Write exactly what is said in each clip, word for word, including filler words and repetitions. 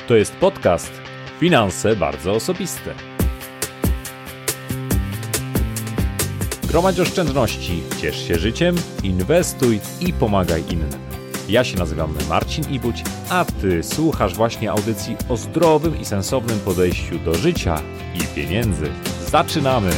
To jest podcast Finanse bardzo osobiste. Gromadź oszczędności, ciesz się życiem, inwestuj i pomagaj innym. Ja się nazywam Marcin Ibuć, a Ty słuchasz właśnie audycji o zdrowym i sensownym podejściu do życia i pieniędzy. Zaczynamy!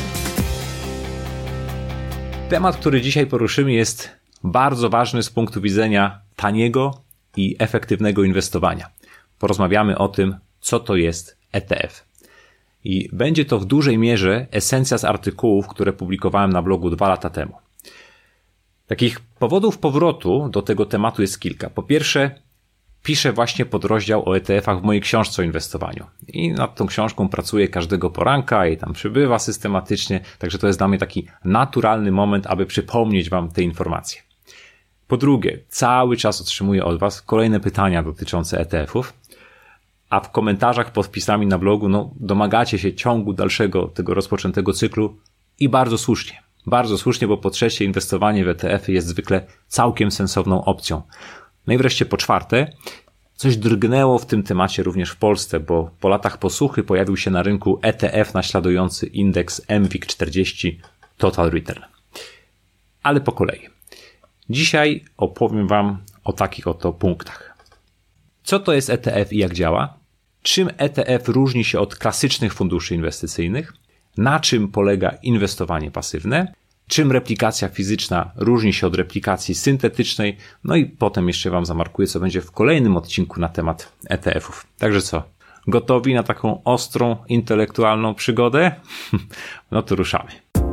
Temat, który dzisiaj poruszymy, jest bardzo ważny z punktu widzenia taniego i efektywnego inwestowania. Porozmawiamy o tym, co to jest E T F. I będzie to w dużej mierze esencja z artykułów, które publikowałem na blogu dwa lata temu. Takich powodów powrotu do tego tematu jest kilka. Po pierwsze, piszę właśnie podrozdział o E T F-ach w mojej książce o inwestowaniu. I nad tą książką pracuję każdego poranka i tam przybywa systematycznie, także to jest dla mnie taki naturalny moment, aby przypomnieć Wam te informacje. Po drugie, cały czas otrzymuję od Was kolejne pytania dotyczące E T F-ów, a w komentarzach pod wpisami na blogu no, domagacie się ciągu dalszego tego rozpoczętego cyklu i bardzo słusznie. Bardzo słusznie, bo po trzecie inwestowanie w E T F-y jest zwykle całkiem sensowną opcją. No i wreszcie po czwarte, coś drgnęło w tym temacie również w Polsce, bo po latach posłuchy pojawił się na rynku E T F naśladujący indeks M W I G czterdzieści Total Return. Ale po kolei. Dzisiaj opowiem Wam o takich oto punktach. Co to jest E T F i jak działa? Czym E T F różni się od klasycznych funduszy inwestycyjnych? Na czym polega inwestowanie pasywne? Czym replikacja fizyczna różni się od replikacji syntetycznej? No i potem jeszcze Wam zamarkuję, co będzie w kolejnym odcinku na temat E T F-ów. Także co? Gotowi na taką ostrą, intelektualną przygodę? No to ruszamy.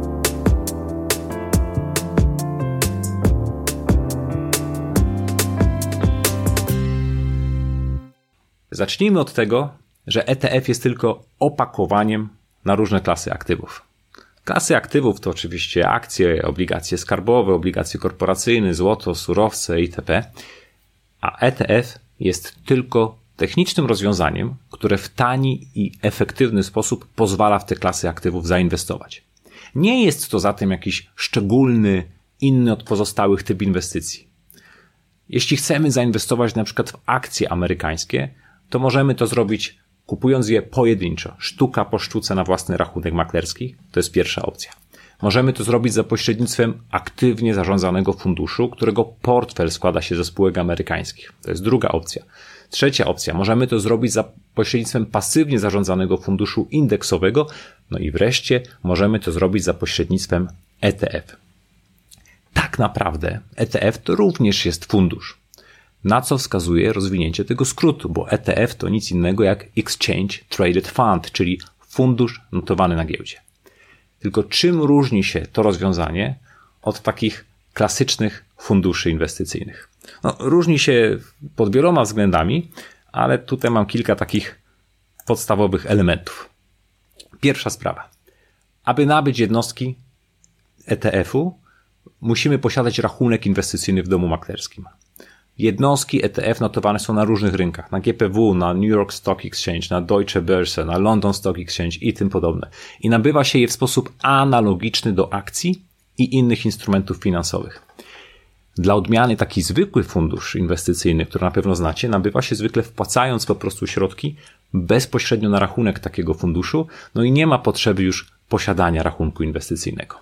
Zacznijmy od tego, że E T F jest tylko opakowaniem na różne klasy aktywów. Klasy aktywów to oczywiście akcje, obligacje skarbowe, obligacje korporacyjne, złoto, surowce itp. A E T F jest tylko technicznym rozwiązaniem, które w tani i efektywny sposób pozwala w te klasy aktywów zainwestować. Nie jest to zatem jakiś szczególny, inny od pozostałych typ inwestycji. Jeśli chcemy zainwestować na przykład w akcje amerykańskie, to możemy to zrobić kupując je pojedynczo, sztuka po sztuce na własny rachunek maklerski. To jest pierwsza opcja. Możemy to zrobić za pośrednictwem aktywnie zarządzanego funduszu, którego portfel składa się ze spółek amerykańskich. To jest druga opcja. Trzecia opcja. Możemy to zrobić za pośrednictwem pasywnie zarządzanego funduszu indeksowego. No i wreszcie możemy to zrobić za pośrednictwem E T F. Tak naprawdę E T F to również jest fundusz. Na co wskazuje rozwinięcie tego skrótu, bo E T F to nic innego jak Exchange Traded Fund, czyli fundusz notowany na giełdzie. Tylko czym różni się to rozwiązanie od takich klasycznych funduszy inwestycyjnych? No, różni się pod wieloma względami, ale tutaj mam kilka takich podstawowych elementów. Pierwsza sprawa. Aby nabyć jednostki E T F-u, musimy posiadać rachunek inwestycyjny w domu maklerskim. Jednostki E T F notowane są na różnych rynkach, na G P W, na New York Stock Exchange, na Deutsche Börse, na London Stock Exchange i tym podobne. I nabywa się je w sposób analogiczny do akcji i innych instrumentów finansowych. Dla odmiany taki zwykły fundusz inwestycyjny, który na pewno znacie, nabywa się zwykle wpłacając po prostu środki bezpośrednio na rachunek takiego funduszu, no i nie ma potrzeby już posiadania rachunku inwestycyjnego.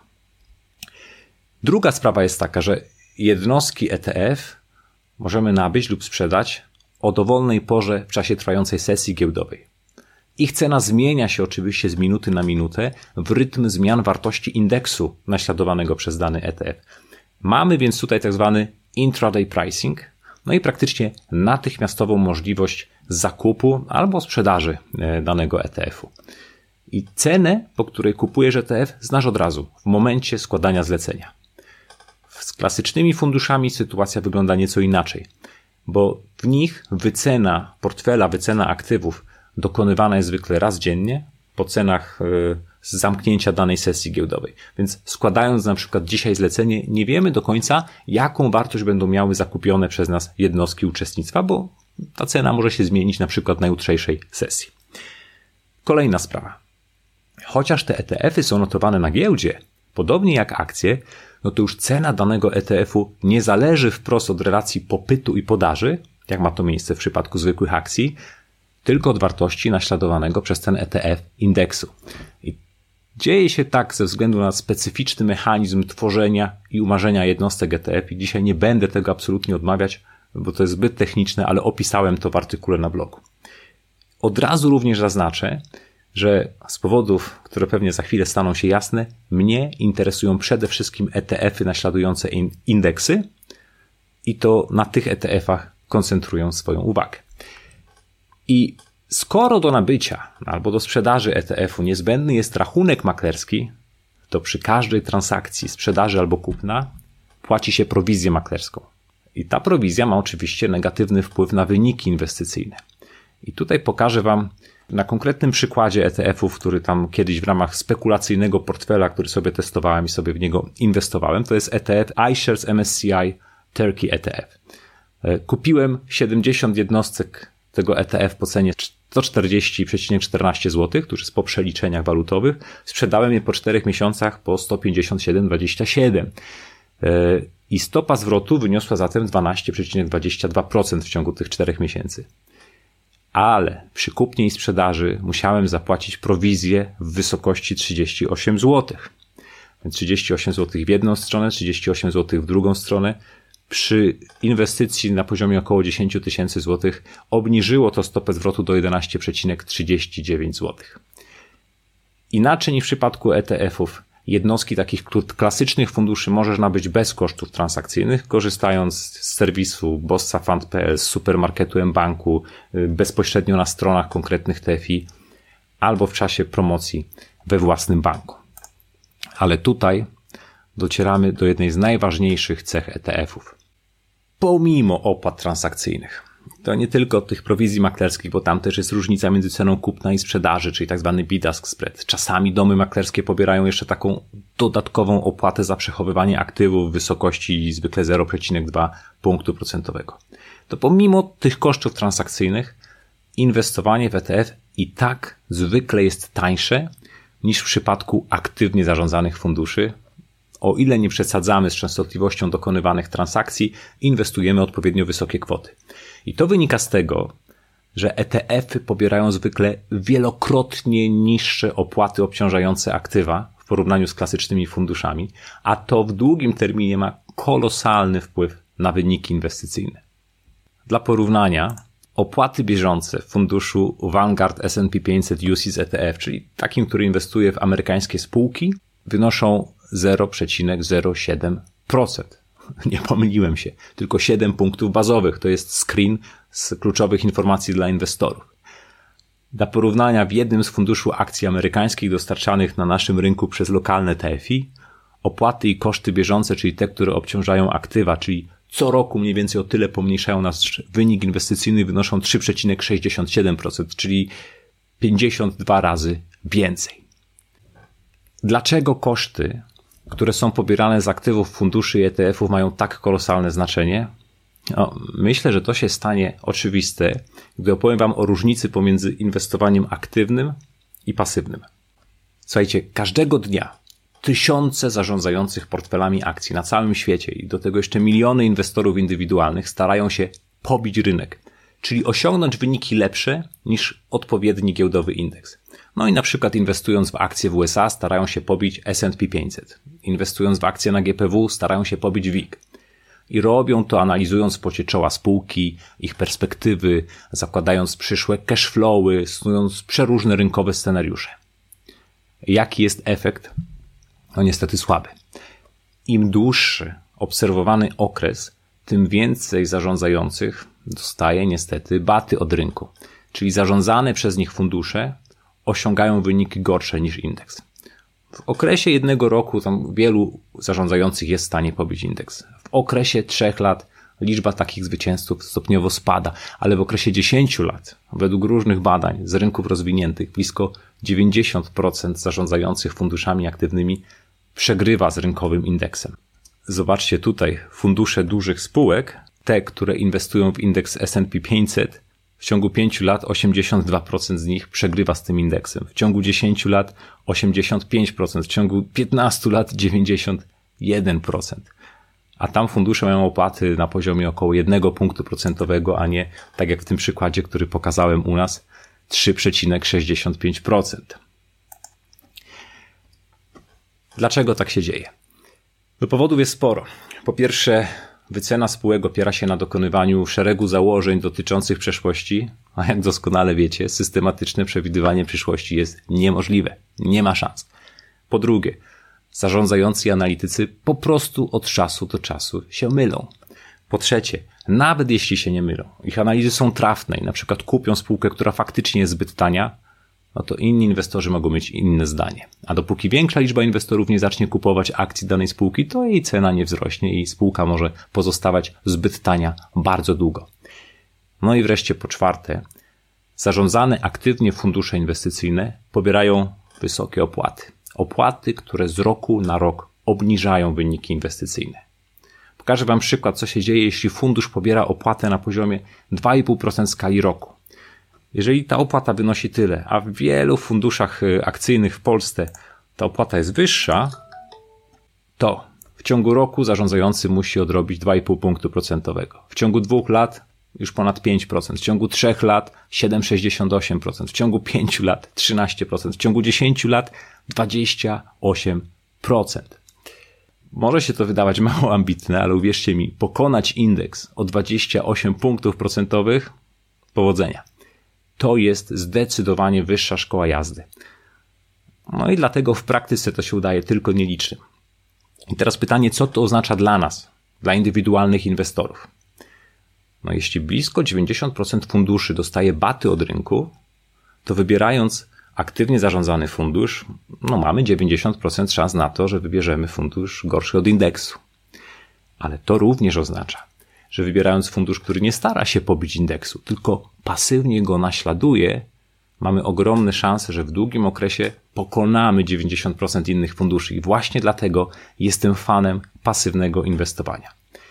Druga sprawa jest taka, że jednostki E T F możemy nabyć lub sprzedać o dowolnej porze w czasie trwającej sesji giełdowej. Ich cena zmienia się oczywiście z minuty na minutę w rytm zmian wartości indeksu naśladowanego przez dany E T F. Mamy więc tutaj tak zwany intraday pricing, no i praktycznie natychmiastową możliwość zakupu albo sprzedaży danego E T F-u. I cenę, po której kupujesz E T F, znasz od razu, w momencie składania zlecenia. Z klasycznymi funduszami sytuacja wygląda nieco inaczej, bo w nich wycena portfela, wycena aktywów dokonywana jest zwykle raz dziennie po cenach z zamknięcia danej sesji giełdowej. Więc składając na przykład dzisiaj zlecenie, nie wiemy do końca, jaką wartość będą miały zakupione przez nas jednostki uczestnictwa, bo ta cena może się zmienić na przykład na jutrzejszej sesji. Kolejna sprawa. Chociaż te E T F-y są notowane na giełdzie, podobnie jak akcje, no to już cena danego E T F-u nie zależy wprost od relacji popytu i podaży, jak ma to miejsce w przypadku zwykłych akcji, tylko od wartości naśladowanego przez ten E T F indeksu. I dzieje się tak ze względu na specyficzny mechanizm tworzenia i umarzenia jednostek E T F i dzisiaj nie będę tego absolutnie odmawiać, bo to jest zbyt techniczne, ale opisałem to w artykule na blogu. Od razu również zaznaczę, że z powodów, które pewnie za chwilę staną się jasne, mnie interesują przede wszystkim E T F-y naśladujące indeksy i to na tych E T F-ach koncentrują swoją uwagę. I skoro do nabycia albo do sprzedaży E T F-u niezbędny jest rachunek maklerski, to przy każdej transakcji sprzedaży albo kupna płaci się prowizję maklerską. I ta prowizja ma oczywiście negatywny wpływ na wyniki inwestycyjne. I tutaj pokażę Wam na konkretnym przykładzie E T F-ów, który tam kiedyś w ramach spekulacyjnego portfela, który sobie testowałem i sobie w niego inwestowałem, to jest E T F iShares M S C I Turkey E T F. Kupiłem siedemdziesiąt jednostek tego E T F po cenie sto czterdzieści przecinek czternaście złotych, tuż po przeliczeniach walutowych. Sprzedałem je po czterech miesiącach po sto pięćdziesiąt siedem przecinek dwadzieścia siedem. I stopa zwrotu wyniosła zatem dwanaście przecinek dwadzieścia dwa procent w ciągu tych czterech miesięcy. Ale przy kupnie i sprzedaży musiałem zapłacić prowizję w wysokości trzydzieści osiem złotych. trzydzieści osiem złotych w jedną stronę, trzydzieści osiem złotych w drugą stronę. Przy inwestycji na poziomie około dziesięć tysięcy złotych obniżyło to stopę zwrotu do jedenaście przecinek trzydzieści dziewięć złotych. Inaczej niż w przypadku E T F-ów, jednostki takich klasycznych funduszy możesz nabyć bez kosztów transakcyjnych, korzystając z serwisu bossa fund kropka p l, z supermarketu mBanku, bezpośrednio na stronach konkretnych T F I albo w czasie promocji we własnym banku. Ale tutaj docieramy do jednej z najważniejszych cech E T F-ów. Pomimo opłat transakcyjnych, to nie tylko tych prowizji maklerskich, bo tam też jest różnica między ceną kupna i sprzedaży, czyli tak zwany bid-ask spread. Czasami domy maklerskie pobierają jeszcze taką dodatkową opłatę za przechowywanie aktywów w wysokości zwykle zero przecinek dwa punktu procentowego. To pomimo tych kosztów transakcyjnych inwestowanie w E T F i tak zwykle jest tańsze niż w przypadku aktywnie zarządzanych funduszy. O ile nie przesadzamy z częstotliwością dokonywanych transakcji, inwestujemy odpowiednio wysokie kwoty. I to wynika z tego, że E T F-y pobierają zwykle wielokrotnie niższe opłaty obciążające aktywa w porównaniu z klasycznymi funduszami, a to w długim terminie ma kolosalny wpływ na wyniki inwestycyjne. Dla porównania, opłaty bieżące w funduszu Vanguard S and P pięćset U C I S E T F, czyli takim, który inwestuje w amerykańskie spółki, wynoszą zero przecinek zero siedem procent. Nie pomyliłem się. Tylko siedem punktów bazowych. To jest screen z kluczowych informacji dla inwestorów. Dla porównania w jednym z funduszu akcji amerykańskich dostarczanych na naszym rynku przez lokalne T F I, opłaty i koszty bieżące, czyli te, które obciążają aktywa, czyli co roku mniej więcej o tyle pomniejszają nasz wynik inwestycyjny, wynoszą trzy przecinek sześćdziesiąt siedem procent, czyli pięćdziesiąt dwa razy więcej. Dlaczego koszty, które są pobierane z aktywów funduszy i E T F-ów, mają tak kolosalne znaczenie? No, myślę, że to się stanie oczywiste, gdy opowiem Wam o różnicy pomiędzy inwestowaniem aktywnym i pasywnym. Słuchajcie, każdego dnia tysiące zarządzających portfelami akcji na całym świecie i do tego jeszcze miliony inwestorów indywidualnych starają się pobić rynek, czyli osiągnąć wyniki lepsze niż odpowiedni giełdowy indeks. No i na przykład inwestując w akcje w U S A starają się pobić S and P pięćset. Inwestując w akcje na G P W starają się pobić W I G. I robią to analizując w pocie czoła spółki, ich perspektywy, zakładając przyszłe cashflowy, snując przeróżne rynkowe scenariusze. Jaki jest efekt? No niestety słaby. Im dłuższy obserwowany okres, tym więcej zarządzających dostaje niestety baty od rynku. Czyli zarządzane przez nich fundusze osiągają wyniki gorsze niż indeks. W okresie jednego roku tam wielu zarządzających jest w stanie pobić indeks. W okresie trzech lat liczba takich zwycięzców stopniowo spada, ale w okresie dziesięciu lat, według różnych badań z rynków rozwiniętych, blisko dziewięćdziesiąt procent zarządzających funduszami aktywnymi przegrywa z rynkowym indeksem. Zobaczcie tutaj fundusze dużych spółek, te, które inwestują w indeks S and P pięćset, w ciągu pięciu lat osiemdziesiąt dwa procent z nich przegrywa z tym indeksem. W ciągu dziesięciu lat osiemdziesiąt pięć procent, w ciągu piętnastu lat dziewięćdziesiąt jeden procent. A tam fundusze mają opłaty na poziomie około jednego punktu procentowego, a nie tak jak w tym przykładzie, który pokazałem u nas, trzy przecinek sześćdziesiąt pięć procent. Dlaczego tak się dzieje? No powodów jest sporo. Po pierwsze, wycena spółek opiera się na dokonywaniu szeregu założeń dotyczących przeszłości, a jak doskonale wiecie, systematyczne przewidywanie przyszłości jest niemożliwe. Nie ma szans. Po drugie, zarządzający i analitycy po prostu od czasu do czasu się mylą. Po trzecie, nawet jeśli się nie mylą, ich analizy są trafne i na przykład kupią spółkę, która faktycznie jest zbyt tania, no to inni inwestorzy mogą mieć inne zdanie. A dopóki większa liczba inwestorów nie zacznie kupować akcji danej spółki, to jej cena nie wzrośnie i spółka może pozostawać zbyt tania bardzo długo. No i wreszcie po czwarte, zarządzane aktywnie fundusze inwestycyjne pobierają wysokie opłaty. Opłaty, które z roku na rok obniżają wyniki inwestycyjne. Pokażę Wam przykład, co się dzieje, jeśli fundusz pobiera opłatę na poziomie dwa i pół procent skali roku. Jeżeli ta opłata wynosi tyle, a w wielu funduszach akcyjnych w Polsce ta opłata jest wyższa, to w ciągu roku zarządzający musi odrobić dwa i pół punktu procentowego. W ciągu dwóch lat już ponad pięć procent, w ciągu trzech lat siedem przecinek sześćdziesiąt osiem procent, w ciągu pięciu lat trzynaście procent, w ciągu dziesięciu lat dwadzieścia osiem procent. Może się to wydawać mało ambitne, ale uwierzcie mi, pokonać indeks o dwadzieścia osiem punktów procentowych, powodzenia. To jest zdecydowanie wyższa szkoła jazdy. No i dlatego w praktyce to się udaje tylko nielicznym. I teraz pytanie, co to oznacza dla nas, dla indywidualnych inwestorów? No jeśli blisko dziewięćdziesiąt procent funduszy dostaje baty od rynku, to wybierając aktywnie zarządzany fundusz, no mamy dziewięćdziesiąt procent szans na to, że wybierzemy fundusz gorszy od indeksu. Ale to również oznacza, że wybierając fundusz, który nie stara się pobić indeksu, tylko pasywnie go naśladuje, mamy ogromne szanse, że w długim okresie pokonamy dziewięćdziesiąt procent innych funduszy i właśnie dlatego jestem fanem pasywnego inwestowania.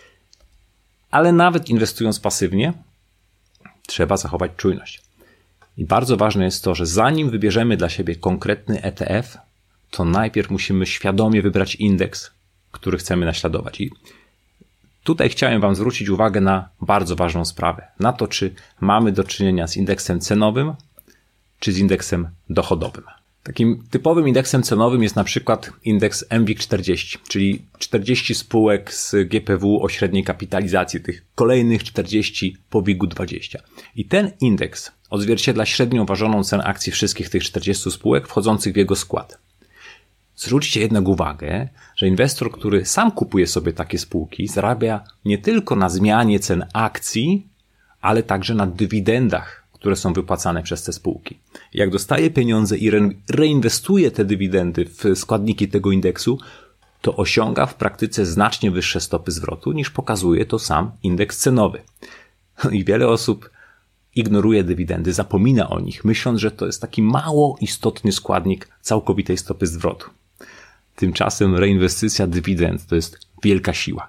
Ale nawet inwestując pasywnie, trzeba zachować czujność. I bardzo ważne jest to, że zanim wybierzemy dla siebie konkretny E T F, to najpierw musimy świadomie wybrać indeks, który chcemy naśladować. I tutaj chciałem Wam zwrócić uwagę na bardzo ważną sprawę. Na to, czy mamy do czynienia z indeksem cenowym, czy z indeksem dochodowym. Takim typowym indeksem cenowym jest na przykład indeks M WIG czterdzieści, czyli czterdzieści spółek z G P W o średniej kapitalizacji, tych kolejnych czterdzieści po WIG-u dwadzieścia. I ten indeks odzwierciedla średnią ważoną cenę akcji wszystkich tych czterdziestu spółek wchodzących w jego skład. Zwróćcie jednak uwagę, że inwestor, który sam kupuje sobie takie spółki, zarabia nie tylko na zmianie cen akcji, ale także na dywidendach, które są wypłacane przez te spółki. Jak dostaje pieniądze i reinwestuje te dywidendy w składniki tego indeksu, to osiąga w praktyce znacznie wyższe stopy zwrotu, niż pokazuje to sam indeks cenowy. I wiele osób ignoruje dywidendy, zapomina o nich, myśląc, że to jest taki mało istotny składnik całkowitej stopy zwrotu. Tymczasem reinwestycja dywidend to jest wielka siła.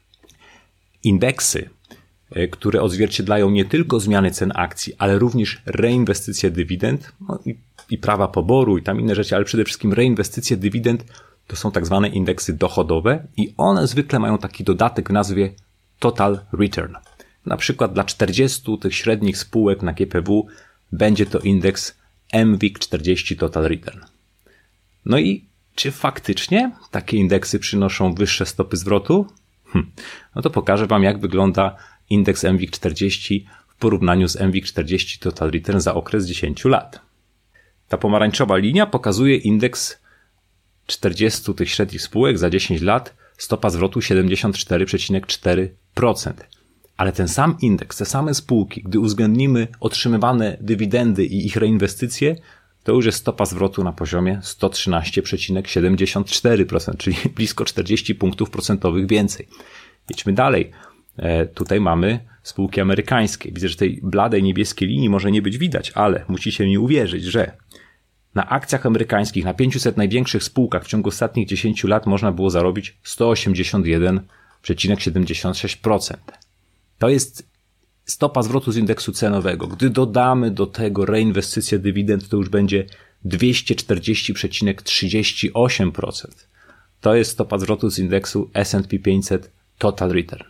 Indeksy, które odzwierciedlają nie tylko zmiany cen akcji, ale również reinwestycje dywidend, no i, i prawa poboru i tam inne rzeczy, ale przede wszystkim reinwestycje dywidend, to są tak zwane indeksy dochodowe i one zwykle mają taki dodatek w nazwie Total Return. Na przykład dla czterdziestu tych średnich spółek na G P W będzie to indeks M WIG czterdzieści Total Return. No i czy faktycznie takie indeksy przynoszą wyższe stopy zwrotu? Hm. No to pokażę Wam, jak wygląda indeks M WIG czterdzieści w porównaniu z M WIG czterdzieści Total Return za okres dziesięciu lat. Ta pomarańczowa linia pokazuje indeks czterdziestu tych średnich spółek za dziesięć lat, stopa zwrotu siedemdziesiąt cztery przecinek cztery procent. Ale ten sam indeks, te same spółki, gdy uwzględnimy otrzymywane dywidendy i ich reinwestycje, to już jest stopa zwrotu na poziomie sto trzynaście przecinek siedemdziesiąt cztery procent, czyli blisko czterdzieści punktów procentowych więcej. Idźmy dalej. E, tutaj mamy spółki amerykańskie. Widzę, że tej bladej niebieskiej linii może nie być widać, ale musicie mi uwierzyć, że na akcjach amerykańskich, na pięciuset największych spółkach w ciągu ostatnich dziesięciu lat można było zarobić sto osiemdziesiąt jeden przecinek siedemdziesiąt sześć procent. To jest stopa zwrotu z indeksu cenowego. Gdy dodamy do tego reinwestycję dywidend, to już będzie dwieście czterdzieści przecinek trzydzieści osiem procent. To jest stopa zwrotu z indeksu S and P pięćset Total Return.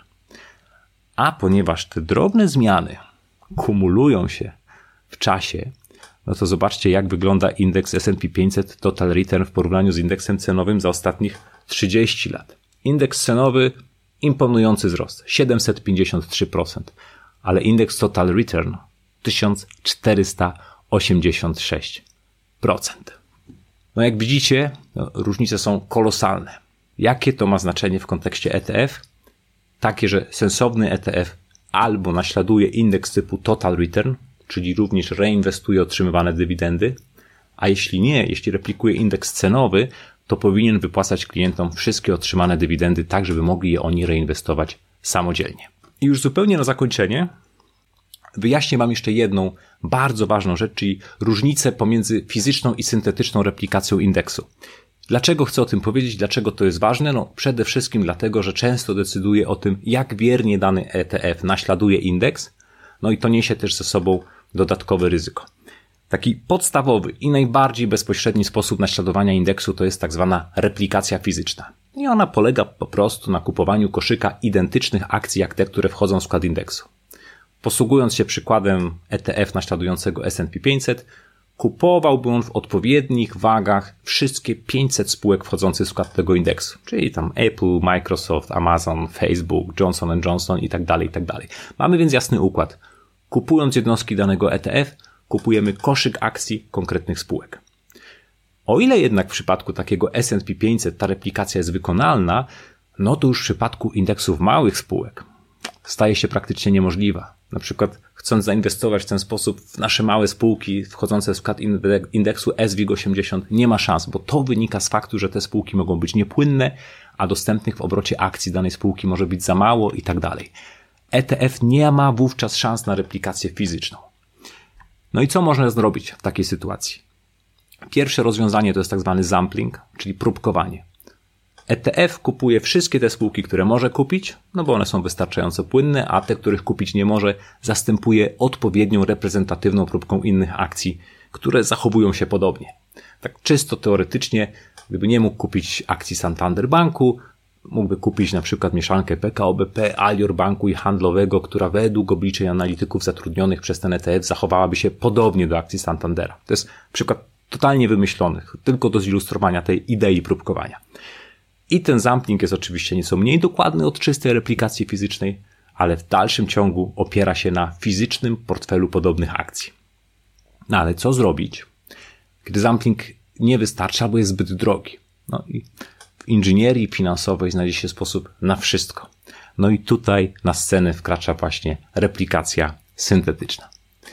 A ponieważ te drobne zmiany kumulują się w czasie, no to zobaczcie, jak wygląda indeks S and P pięćset Total Return w porównaniu z indeksem cenowym za ostatnich trzydzieści lat. Indeks cenowy, imponujący wzrost, siedemset pięćdziesiąt trzy procent, ale indeks Total Return tysiąc czterysta osiemdziesiąt sześć procent. No jak widzicie, no, różnice są kolosalne. Jakie to ma znaczenie w kontekście E T F? Takie, że sensowny E T F albo naśladuje indeks typu Total Return, czyli również reinwestuje otrzymywane dywidendy, a jeśli nie, jeśli replikuje indeks cenowy, to powinien wypłacać klientom wszystkie otrzymane dywidendy, tak żeby mogli je oni reinwestować samodzielnie. I już zupełnie na zakończenie wyjaśnię Wam jeszcze jedną bardzo ważną rzecz, czyli różnicę pomiędzy fizyczną i syntetyczną replikacją indeksu. Dlaczego chcę o tym powiedzieć? Dlaczego to jest ważne? No przede wszystkim dlatego, że często decyduje o tym, jak wiernie dany E T F naśladuje indeks, no i to niesie też ze sobą dodatkowe ryzyko. Taki podstawowy i najbardziej bezpośredni sposób naśladowania indeksu to jest tak zwana replikacja fizyczna. I ona polega po prostu na kupowaniu koszyka identycznych akcji jak te, które wchodzą w skład indeksu. Posługując się przykładem E T F naśladującego S and P pięćset, kupowałby on w odpowiednich wagach wszystkie pięćset spółek wchodzących w skład tego indeksu, czyli tam Apple, Microsoft, Amazon, Facebook, Johnson and Johnson i tak dalej, i tak dalej. Mamy więc jasny układ. Kupując jednostki danego E T F, kupujemy koszyk akcji konkretnych spółek. O ile jednak w przypadku takiego S and P pięćset ta replikacja jest wykonalna, no to już w przypadku indeksów małych spółek staje się praktycznie niemożliwa. Na przykład chcąc zainwestować w ten sposób w nasze małe spółki wchodzące w skład indeksu S WIG osiemdziesiąt nie ma szans, bo to wynika z faktu, że te spółki mogą być niepłynne, a dostępnych w obrocie akcji danej spółki może być za mało i tak dalej. E T F nie ma wówczas szans na replikację fizyczną. No i co można zrobić w takiej sytuacji? Pierwsze rozwiązanie to jest tak zwany sampling, czyli próbkowanie. E T F kupuje wszystkie te spółki, które może kupić, no bo one są wystarczająco płynne, a te, których kupić nie może, zastępuje odpowiednią reprezentatywną próbką innych akcji, które zachowują się podobnie. Tak czysto teoretycznie, gdyby nie mógł kupić akcji Santander Banku, mógłby kupić na przykład mieszankę P K O B P, Alior Banku i Handlowego, która według obliczeń analityków zatrudnionych przez ten E T F zachowałaby się podobnie do akcji Santandera. To jest przykład totalnie wymyślony, tylko do zilustrowania tej idei próbkowania. I ten sampling jest oczywiście nieco mniej dokładny od czystej replikacji fizycznej, ale w dalszym ciągu opiera się na fizycznym portfelu podobnych akcji. No ale co zrobić, gdy sampling nie wystarcza albo jest zbyt drogi? No i w inżynierii finansowej znajdzie się sposób na wszystko. No i tutaj na scenę wkracza właśnie replikacja syntetyczna.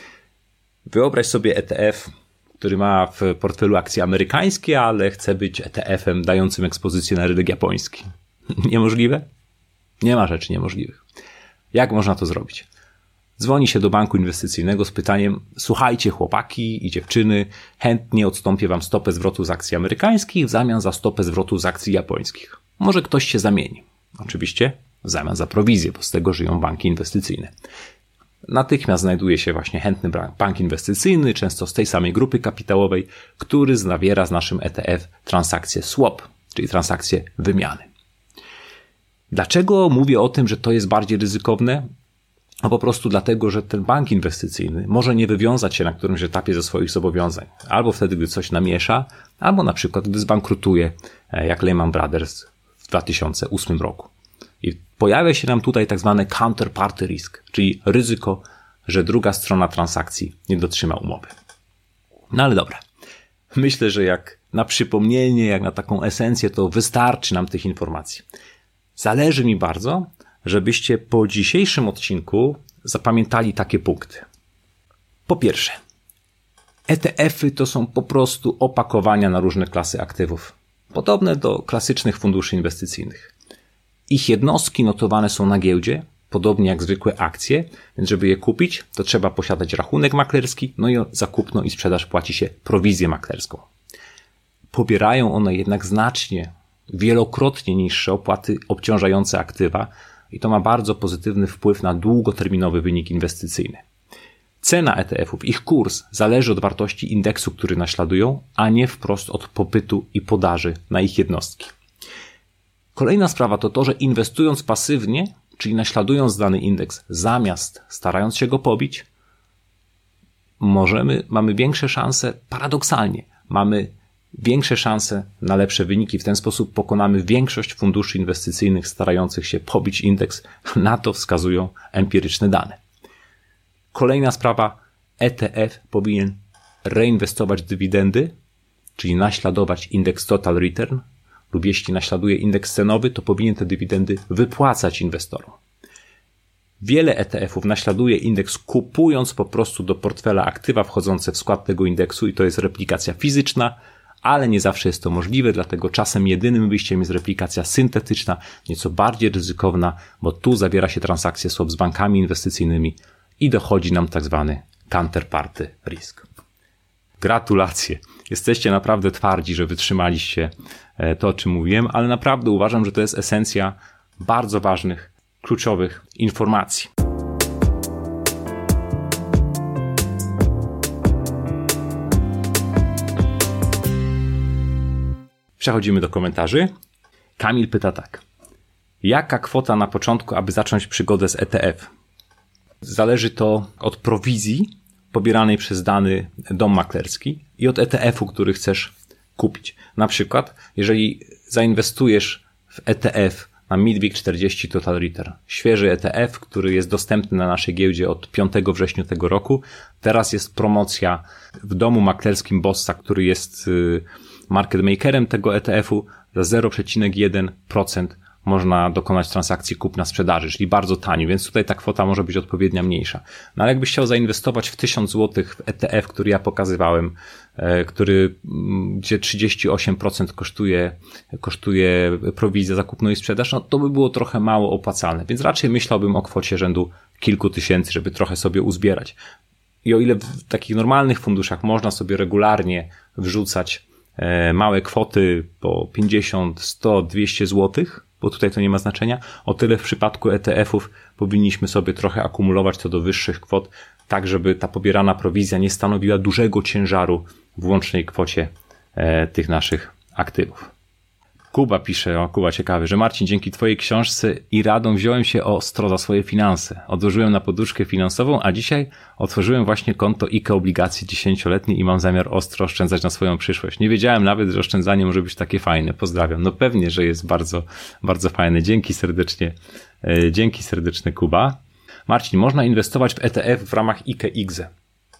Wyobraź sobie E T F, który ma w portfelu akcje amerykańskie, ale chce być E T F-em dającym ekspozycję na rynek japoński. Niemożliwe? Nie ma rzeczy niemożliwych. Jak można to zrobić? Dzwoni się do banku inwestycyjnego z pytaniem: słuchajcie chłopaki i dziewczyny, chętnie odstąpię wam stopę zwrotu z akcji amerykańskich w zamian za stopę zwrotu z akcji japońskich. Może ktoś się zamieni. Oczywiście w zamian za prowizję, bo z tego żyją banki inwestycyjne. Natychmiast znajduje się właśnie chętny bank inwestycyjny, często z tej samej grupy kapitałowej, który zawiera z naszym E T F transakcję swap, czyli transakcję wymiany. Dlaczego mówię o tym, że to jest bardziej ryzykowne? No po prostu dlatego, że ten bank inwestycyjny może nie wywiązać się na którymś etapie ze swoich zobowiązań. Albo wtedy, gdy coś namiesza, albo na przykład, gdy zbankrutuje, jak Lehman Brothers w dwa tysiące ósmym roku. I pojawia się nam tutaj tak zwany counterparty risk, czyli ryzyko, że druga strona transakcji nie dotrzyma umowy. No ale dobra. Myślę, że jak na przypomnienie, jak na taką esencję, to wystarczy nam tych informacji. Zależy mi bardzo, żebyście po dzisiejszym odcinku zapamiętali takie punkty. Po pierwsze, E T F-y to są po prostu opakowania na różne klasy aktywów, podobne do klasycznych funduszy inwestycyjnych. Ich jednostki notowane są na giełdzie, podobnie jak zwykłe akcje, więc żeby je kupić, to trzeba posiadać rachunek maklerski, no i za kupno i sprzedaż płaci się prowizję maklerską. Pobierają one jednak znacznie, wielokrotnie niższe opłaty obciążające aktywa i to ma bardzo pozytywny wpływ na długoterminowy wynik inwestycyjny. Cena E T F-ów, ich kurs zależy od wartości indeksu, który naśladują, a nie wprost od popytu i podaży na ich jednostki. Kolejna sprawa to to, że inwestując pasywnie, czyli naśladując dany indeks zamiast starając się go pobić, możemy, mamy większe szanse, paradoksalnie, mamy większe szanse na lepsze wyniki. W ten sposób pokonamy większość funduszy inwestycyjnych starających się pobić indeks. Na to wskazują empiryczne dane. Kolejna sprawa, E T F powinien reinwestować dywidendy, czyli naśladować indeks Total Return, lub jeśli naśladuje indeks cenowy, to powinien te dywidendy wypłacać inwestorom. Wiele E T F-ów naśladuje indeks, kupując po prostu do portfela aktywa wchodzące w skład tego indeksu i to jest replikacja fizyczna, ale nie zawsze jest to możliwe, dlatego czasem jedynym wyjściem jest replikacja syntetyczna, nieco bardziej ryzykowna, bo tu zawiera się transakcje swap z bankami inwestycyjnymi i dochodzi nam tak zwany counterparty risk. Gratulacje. Jesteście naprawdę twardzi, że wytrzymaliście to, o czym mówiłem, ale naprawdę uważam, że to jest esencja bardzo ważnych, kluczowych informacji. Przechodzimy do komentarzy. Kamil pyta tak. Jaka kwota na początku, aby zacząć przygodę z E T F? Zależy to od prowizji pobieranej przez dany dom maklerski i od E T F-u, który chcesz kupić. Na przykład, jeżeli zainwestujesz w E T F na Midwik czterdzieści Total Return, świeży E T F, który jest dostępny na naszej giełdzie od piątego września tego roku, teraz jest promocja w domu maklerskim Bossa, który jest market makerem tego E T F-u, za zero przecinek jeden procent można dokonać transakcji kupna-sprzedaży, czyli bardzo tanio, więc tutaj ta kwota może być odpowiednio mniejsza. No ale jakbyś chciał zainwestować w tysiąc złotych w E T F, który ja pokazywałem, który, gdzie trzydzieści osiem procent kosztuje, kosztuje prowizja za kupno i sprzedaż, no to by było trochę mało opłacalne, więc raczej myślałbym o kwocie rzędu kilku tysięcy, żeby trochę sobie uzbierać. I o ile w takich normalnych funduszach można sobie regularnie wrzucać małe kwoty po pięćdziesiąt, sto, dwieście złotych, bo tutaj to nie ma znaczenia, o tyle w przypadku E T F-ów powinniśmy sobie trochę akumulować to do wyższych kwot, tak żeby ta pobierana prowizja nie stanowiła dużego ciężaru w łącznej kwocie e, tych naszych aktywów. Kuba pisze, o Kuba ciekawy, że Marcin, dzięki twojej książce i radom wziąłem się ostro za swoje finanse. Odłożyłem na poduszkę finansową, a dzisiaj otworzyłem właśnie konto I K E obligacje dziesięcioletnie i mam zamiar ostro oszczędzać na swoją przyszłość. Nie wiedziałem nawet, że oszczędzanie może być takie fajne. Pozdrawiam. No pewnie, że jest bardzo, bardzo fajne. Dzięki serdecznie. Dzięki serdeczne, Kuba. Marcin, można inwestować w E T F w ramach I K E I G Z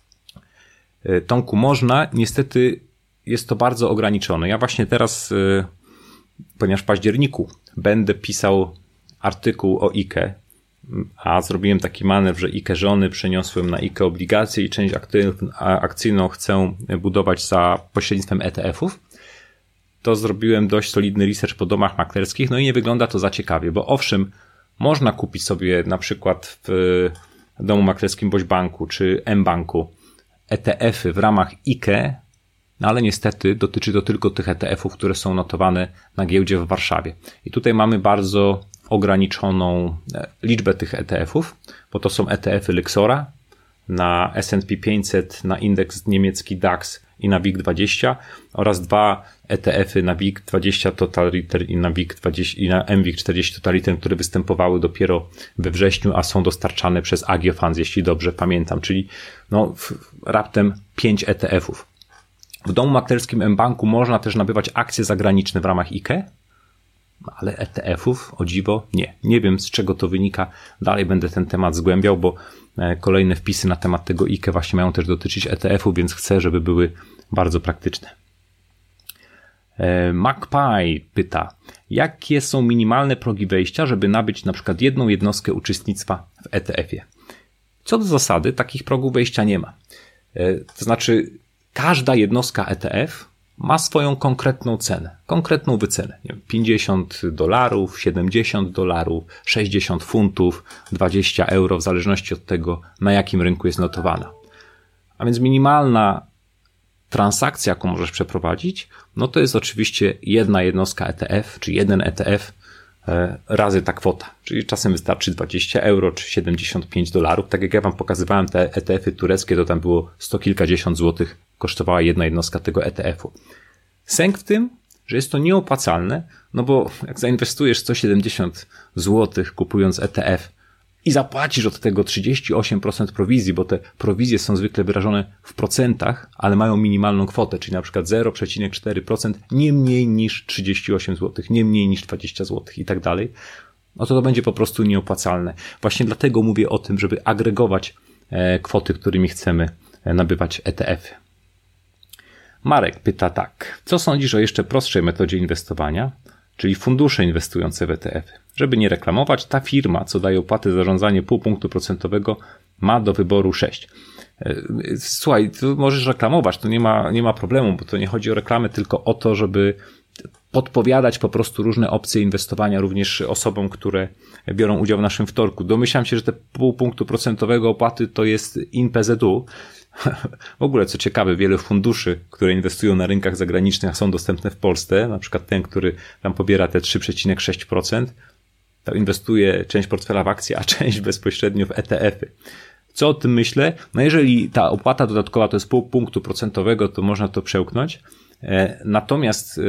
E. Tomku, można. Niestety jest to bardzo ograniczone. Ja właśnie teraz, ponieważ w październiku będę pisał artykuł o I K E, a zrobiłem taki manewr, że I K E żony przeniosłem na I K E obligacje i część akcyjną chcę budować za pośrednictwem E T F-ów, to zrobiłem dość solidny research po domach maklerskich, no i nie wygląda to za ciekawie, bo owszem, można kupić sobie na przykład w domu maklerskim Boś Banku czy M-Banku E T F-y w ramach I K E, no ale niestety dotyczy to tylko tych E T F-ów, które są notowane na giełdzie w Warszawie. I tutaj mamy bardzo ograniczoną liczbę tych E T F-ów, bo to są E T F-y Lyxora na S and P pięćset, na indeks niemiecki DAX i na W I G dwadzieścia oraz dwa E T F-y na W I G dwadzieścia Total Return i na W I G dwadzieścia i na M W I G czterdzieści Total Return, które występowały dopiero we wrześniu, a są dostarczane przez Agiofunds, jeśli dobrze pamiętam, czyli no raptem pięć E T F-ów. W domu maklerskim M-Banku można też nabywać akcje zagraniczne w ramach I K E, ale E T F-ów, o dziwo, nie. Nie wiem, z czego to wynika. Dalej będę ten temat zgłębiał, bo kolejne wpisy na temat tego I K E właśnie mają też dotyczyć E T F-ów, więc chcę, żeby były bardzo praktyczne. MacPie pyta, jakie są minimalne progi wejścia, żeby nabyć na przykład jedną jednostkę uczestnictwa w E T F-ie? Co do zasady, takich progów wejścia nie ma. To znaczy, każda jednostka E T F ma swoją konkretną cenę, konkretną wycenę. Nie wiem, pięćdziesiąt dolarów, siedemdziesiąt dolarów, sześćdziesiąt funtów, dwadzieścia euro, w zależności od tego, na jakim rynku jest notowana. A więc minimalna transakcja, jaką możesz przeprowadzić, no to jest oczywiście jedna jednostka E T F, czy jeden E T F razy ta kwota. Czyli czasem wystarczy dwadzieścia euro, czy siedemdziesiąt pięć dolarów. Tak jak ja wam pokazywałem te E T F-y tureckie, to tam było sto kilkadziesiąt złotych, kosztowała jedna jednostka tego E T F-u. Sęk w tym, że jest to nieopłacalne, no bo jak zainwestujesz sto siedemdziesiąt złotych kupując E T F i zapłacisz od tego trzydzieści osiem procent prowizji, bo te prowizje są zwykle wyrażone w procentach, ale mają minimalną kwotę, czyli na przykład zero przecinek cztery procent, nie mniej niż trzydzieści osiem złotych, nie mniej niż dwadzieścia złotych i tak dalej, no to to będzie po prostu nieopłacalne. Właśnie dlatego mówię o tym, żeby agregować kwoty, którymi chcemy nabywać E T F-y. Marek pyta tak, co sądzisz o jeszcze prostszej metodzie inwestowania, czyli fundusze inwestujące w E T F-y? Żeby nie reklamować, ta firma, co daje opłaty za zarządzanie pół punktu procentowego, ma do wyboru sześć. Słuchaj, tu możesz reklamować, to nie ma, nie ma problemu, bo to nie chodzi o reklamę, tylko o to, żeby podpowiadać po prostu różne opcje inwestowania również osobom, które biorą udział w naszym wtorku. Domyślam się, że te pół punktu procentowego opłaty to jest in P Z U. W ogóle, co ciekawe, wiele funduszy, które inwestują na rynkach zagranicznych, a są dostępne w Polsce, na przykład ten, który tam pobiera te trzy przecinek sześć procent, to inwestuje część portfela w akcje, a część bezpośrednio w E T F-y. Co o tym myślę? No jeżeli ta opłata dodatkowa to jest pół punktu procentowego, to można to przełknąć. Natomiast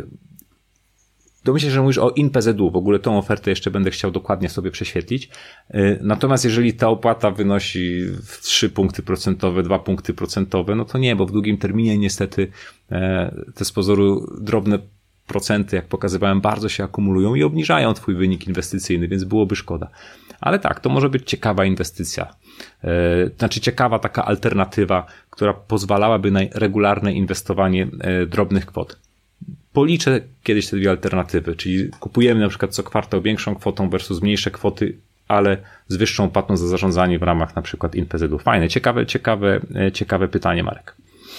to myślę, że mówisz o in P Z U. W ogóle tą ofertę jeszcze będę chciał dokładnie sobie prześwietlić. Natomiast jeżeli ta opłata wynosi trzy punkty procentowe, dwa punkty procentowe, no to nie, bo w długim terminie niestety te z pozoru drobne procenty, jak pokazywałem, bardzo się akumulują i obniżają twój wynik inwestycyjny, więc byłoby szkoda. Ale tak, to może być ciekawa inwestycja. Znaczy ciekawa taka alternatywa, która pozwalałaby na regularne inwestowanie drobnych kwot. Policzę kiedyś te dwie alternatywy, czyli kupujemy na przykład co kwartał większą kwotą versus mniejsze kwoty, ale z wyższą opłatą za zarządzanie w ramach na przykład in P Z U. Fajne, ciekawe, ciekawe, ciekawe pytanie, Marek.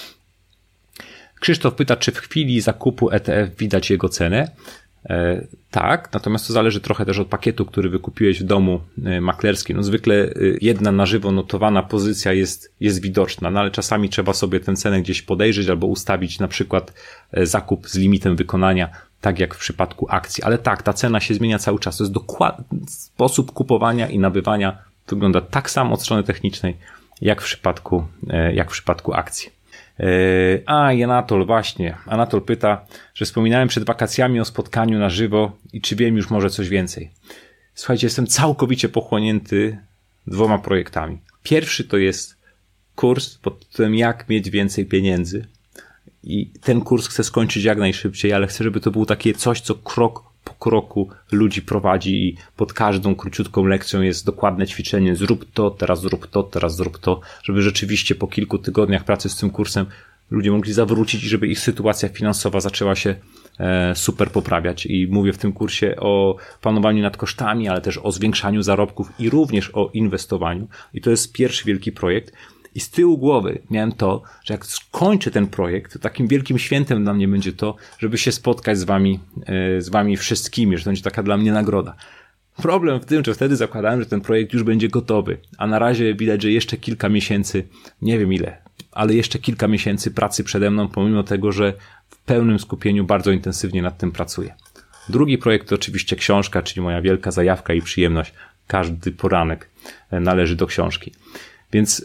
Krzysztof pyta, czy w chwili zakupu E T F widać jego cenę? E, tak, natomiast to zależy trochę też od pakietu, który wykupiłeś w domu maklerskim. No zwykle jedna na żywo notowana pozycja jest, jest widoczna, no ale czasami trzeba sobie tę cenę gdzieś podejrzeć albo ustawić na przykład zakup z limitem wykonania, tak jak w przypadku akcji. Ale tak, ta cena się zmienia cały czas. To jest dokładny sposób kupowania i nabywania. Wygląda tak samo od strony technicznej, jak w przypadku, jak w przypadku akcji. A, i Anatol, właśnie. Anatol pyta, że wspominałem przed wakacjami o spotkaniu na żywo i czy wiem już może coś więcej. Słuchajcie, jestem całkowicie pochłonięty dwoma projektami. Pierwszy to jest kurs pod tytułem Jak mieć więcej pieniędzy. I ten kurs chcę skończyć jak najszybciej, ale chcę, żeby to było takie coś, co krok po kroku ludzi prowadzi i pod każdą króciutką lekcją jest dokładne ćwiczenie. Zrób to, teraz zrób to, teraz zrób to, żeby rzeczywiście po kilku tygodniach pracy z tym kursem ludzie mogli zawrócić i żeby ich sytuacja finansowa zaczęła się super poprawiać. I mówię w tym kursie o panowaniu nad kosztami, ale też o zwiększaniu zarobków i również o inwestowaniu. I to jest pierwszy wielki projekt. I z tyłu głowy miałem to, że jak skończę ten projekt, to takim wielkim świętem dla mnie będzie to, żeby się spotkać z wami, z wami wszystkimi, że to będzie taka dla mnie nagroda. Problem w tym, że wtedy zakładałem, że ten projekt już będzie gotowy, a na razie widać, że jeszcze kilka miesięcy, nie wiem ile, ale jeszcze kilka miesięcy pracy przede mną, pomimo tego, że w pełnym skupieniu bardzo intensywnie nad tym pracuję. Drugi projekt to oczywiście książka, czyli moja wielka zajawka i przyjemność. Każdy poranek należy do książki. Więc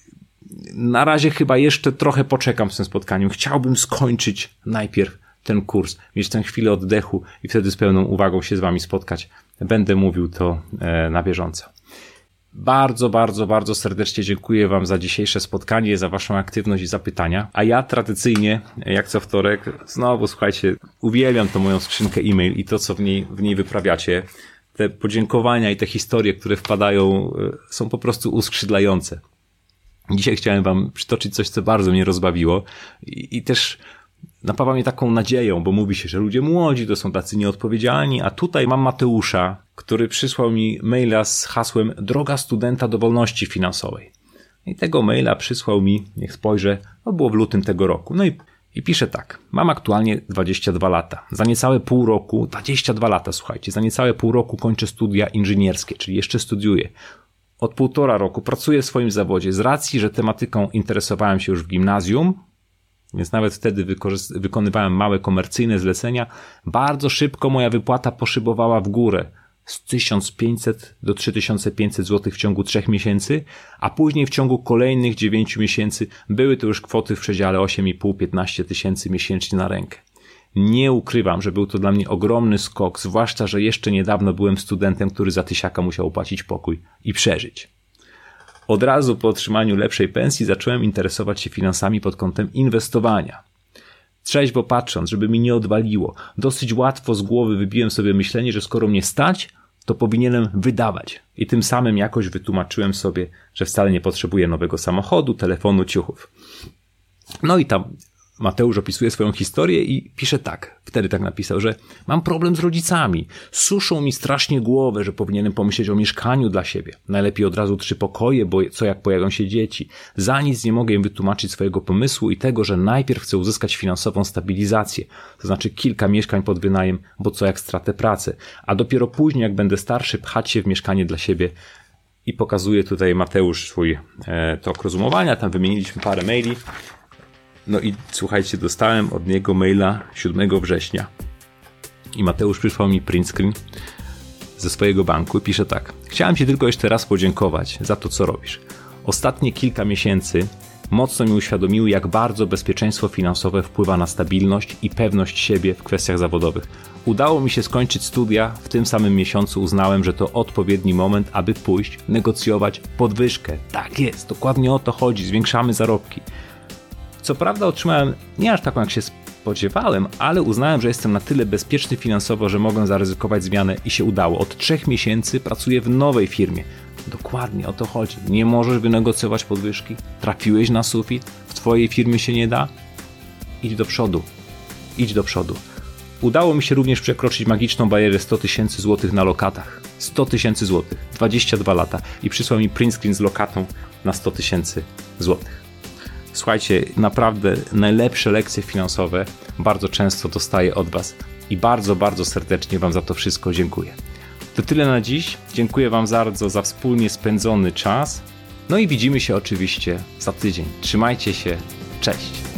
na razie chyba jeszcze trochę poczekam z tym spotkaniem. Chciałbym skończyć najpierw ten kurs, mieć tę chwilę oddechu i wtedy z pełną uwagą się z wami spotkać. Będę mówił to na bieżąco. Bardzo, bardzo, bardzo serdecznie dziękuję wam za dzisiejsze spotkanie, za waszą aktywność i zapytania. A ja tradycyjnie, jak co wtorek, znowu słuchajcie, uwielbiam tą moją skrzynkę e-mail i to, co w niej, w niej wyprawiacie. Te podziękowania i te historie, które wpadają, są po prostu uskrzydlające. Dzisiaj chciałem wam przytoczyć coś, co bardzo mnie rozbawiło i, i też napawa mnie taką nadzieją, bo mówi się, że ludzie młodzi to są tacy nieodpowiedzialni, a tutaj mam Mateusza, który przysłał mi maila z hasłem Droga studenta do wolności finansowej. I tego maila przysłał mi, niech spojrzę, to było w lutym tego roku. No i, i pisze tak. Mam aktualnie dwadzieścia dwa lata. Za niecałe pół roku, dwadzieścia dwa lata, słuchajcie, za niecałe pół roku kończę studia inżynierskie, czyli jeszcze studiuję. Od półtora roku pracuję w swoim zawodzie z racji, że tematyką interesowałem się już w gimnazjum, więc nawet wtedy wykorzy- wykonywałem małe komercyjne zlecenia. Bardzo szybko moja wypłata poszybowała w górę z tysiąc pięćset do trzy tysiące pięćset złotych w ciągu trzech miesięcy, a później w ciągu kolejnych dziewięciu miesięcy były to już kwoty w przedziale osiem i pół do piętnastu tysięcy miesięcznie na rękę. Nie ukrywam, że był to dla mnie ogromny skok, zwłaszcza, że jeszcze niedawno byłem studentem, który za tysiaka musiał opłacić pokój i przeżyć. Od razu po otrzymaniu lepszej pensji zacząłem interesować się finansami pod kątem inwestowania. Trzeźwo patrząc, żeby mi nie odwaliło, dosyć łatwo z głowy wybiłem sobie myślenie, że skoro mnie stać, to powinienem wydawać. I tym samym jakoś wytłumaczyłem sobie, że wcale nie potrzebuję nowego samochodu, telefonu, ciuchów. No i tam Mateusz opisuje swoją historię i pisze tak, wtedy tak napisał, że mam problem z rodzicami, suszą mi strasznie głowę, że powinienem pomyśleć o mieszkaniu dla siebie. Najlepiej od razu trzy pokoje, bo co jak pojawią się dzieci. Za nic nie mogę im wytłumaczyć swojego pomysłu i tego, że najpierw chcę uzyskać finansową stabilizację, to znaczy kilka mieszkań pod wynajem, bo co jak stracę pracę, a dopiero później jak będę starszy pchać się w mieszkanie dla siebie. I pokazuje tutaj Mateusz swój e, tok rozumowania, tam wymieniliśmy parę maili. No i słuchajcie, dostałem od niego maila siódmego września i Mateusz przysłał mi print screen ze swojego banku i pisze tak. Chciałem Ci tylko jeszcze raz podziękować za to, co robisz. Ostatnie kilka miesięcy mocno mi uświadomiły, jak bardzo bezpieczeństwo finansowe wpływa na stabilność i pewność siebie w kwestiach zawodowych. Udało mi się skończyć studia, w tym samym miesiącu uznałem, że to odpowiedni moment, aby pójść, negocjować podwyżkę. Tak jest, dokładnie o to chodzi, zwiększamy zarobki. Co prawda otrzymałem nie aż taką, jak się spodziewałem, ale uznałem, że jestem na tyle bezpieczny finansowo, że mogę zaryzykować zmianę i się udało. Od trzech miesięcy pracuję w nowej firmie. Dokładnie o to chodzi. Nie możesz wynegocjować podwyżki? Trafiłeś na sufit? W twojej firmie się nie da? Idź do przodu. Idź do przodu. Udało mi się również przekroczyć magiczną barierę sto tysięcy złotych na lokatach. sto tysięcy złotych. dwadzieścia dwa lata. I przysłał mi print screen z lokatą na sto tysięcy złotych. Słuchajcie, naprawdę najlepsze lekcje finansowe bardzo często dostaję od Was i bardzo, bardzo serdecznie Wam za to wszystko dziękuję. To tyle na dziś. Dziękuję Wam bardzo za wspólnie spędzony czas. No i widzimy się oczywiście za tydzień. Trzymajcie się. Cześć.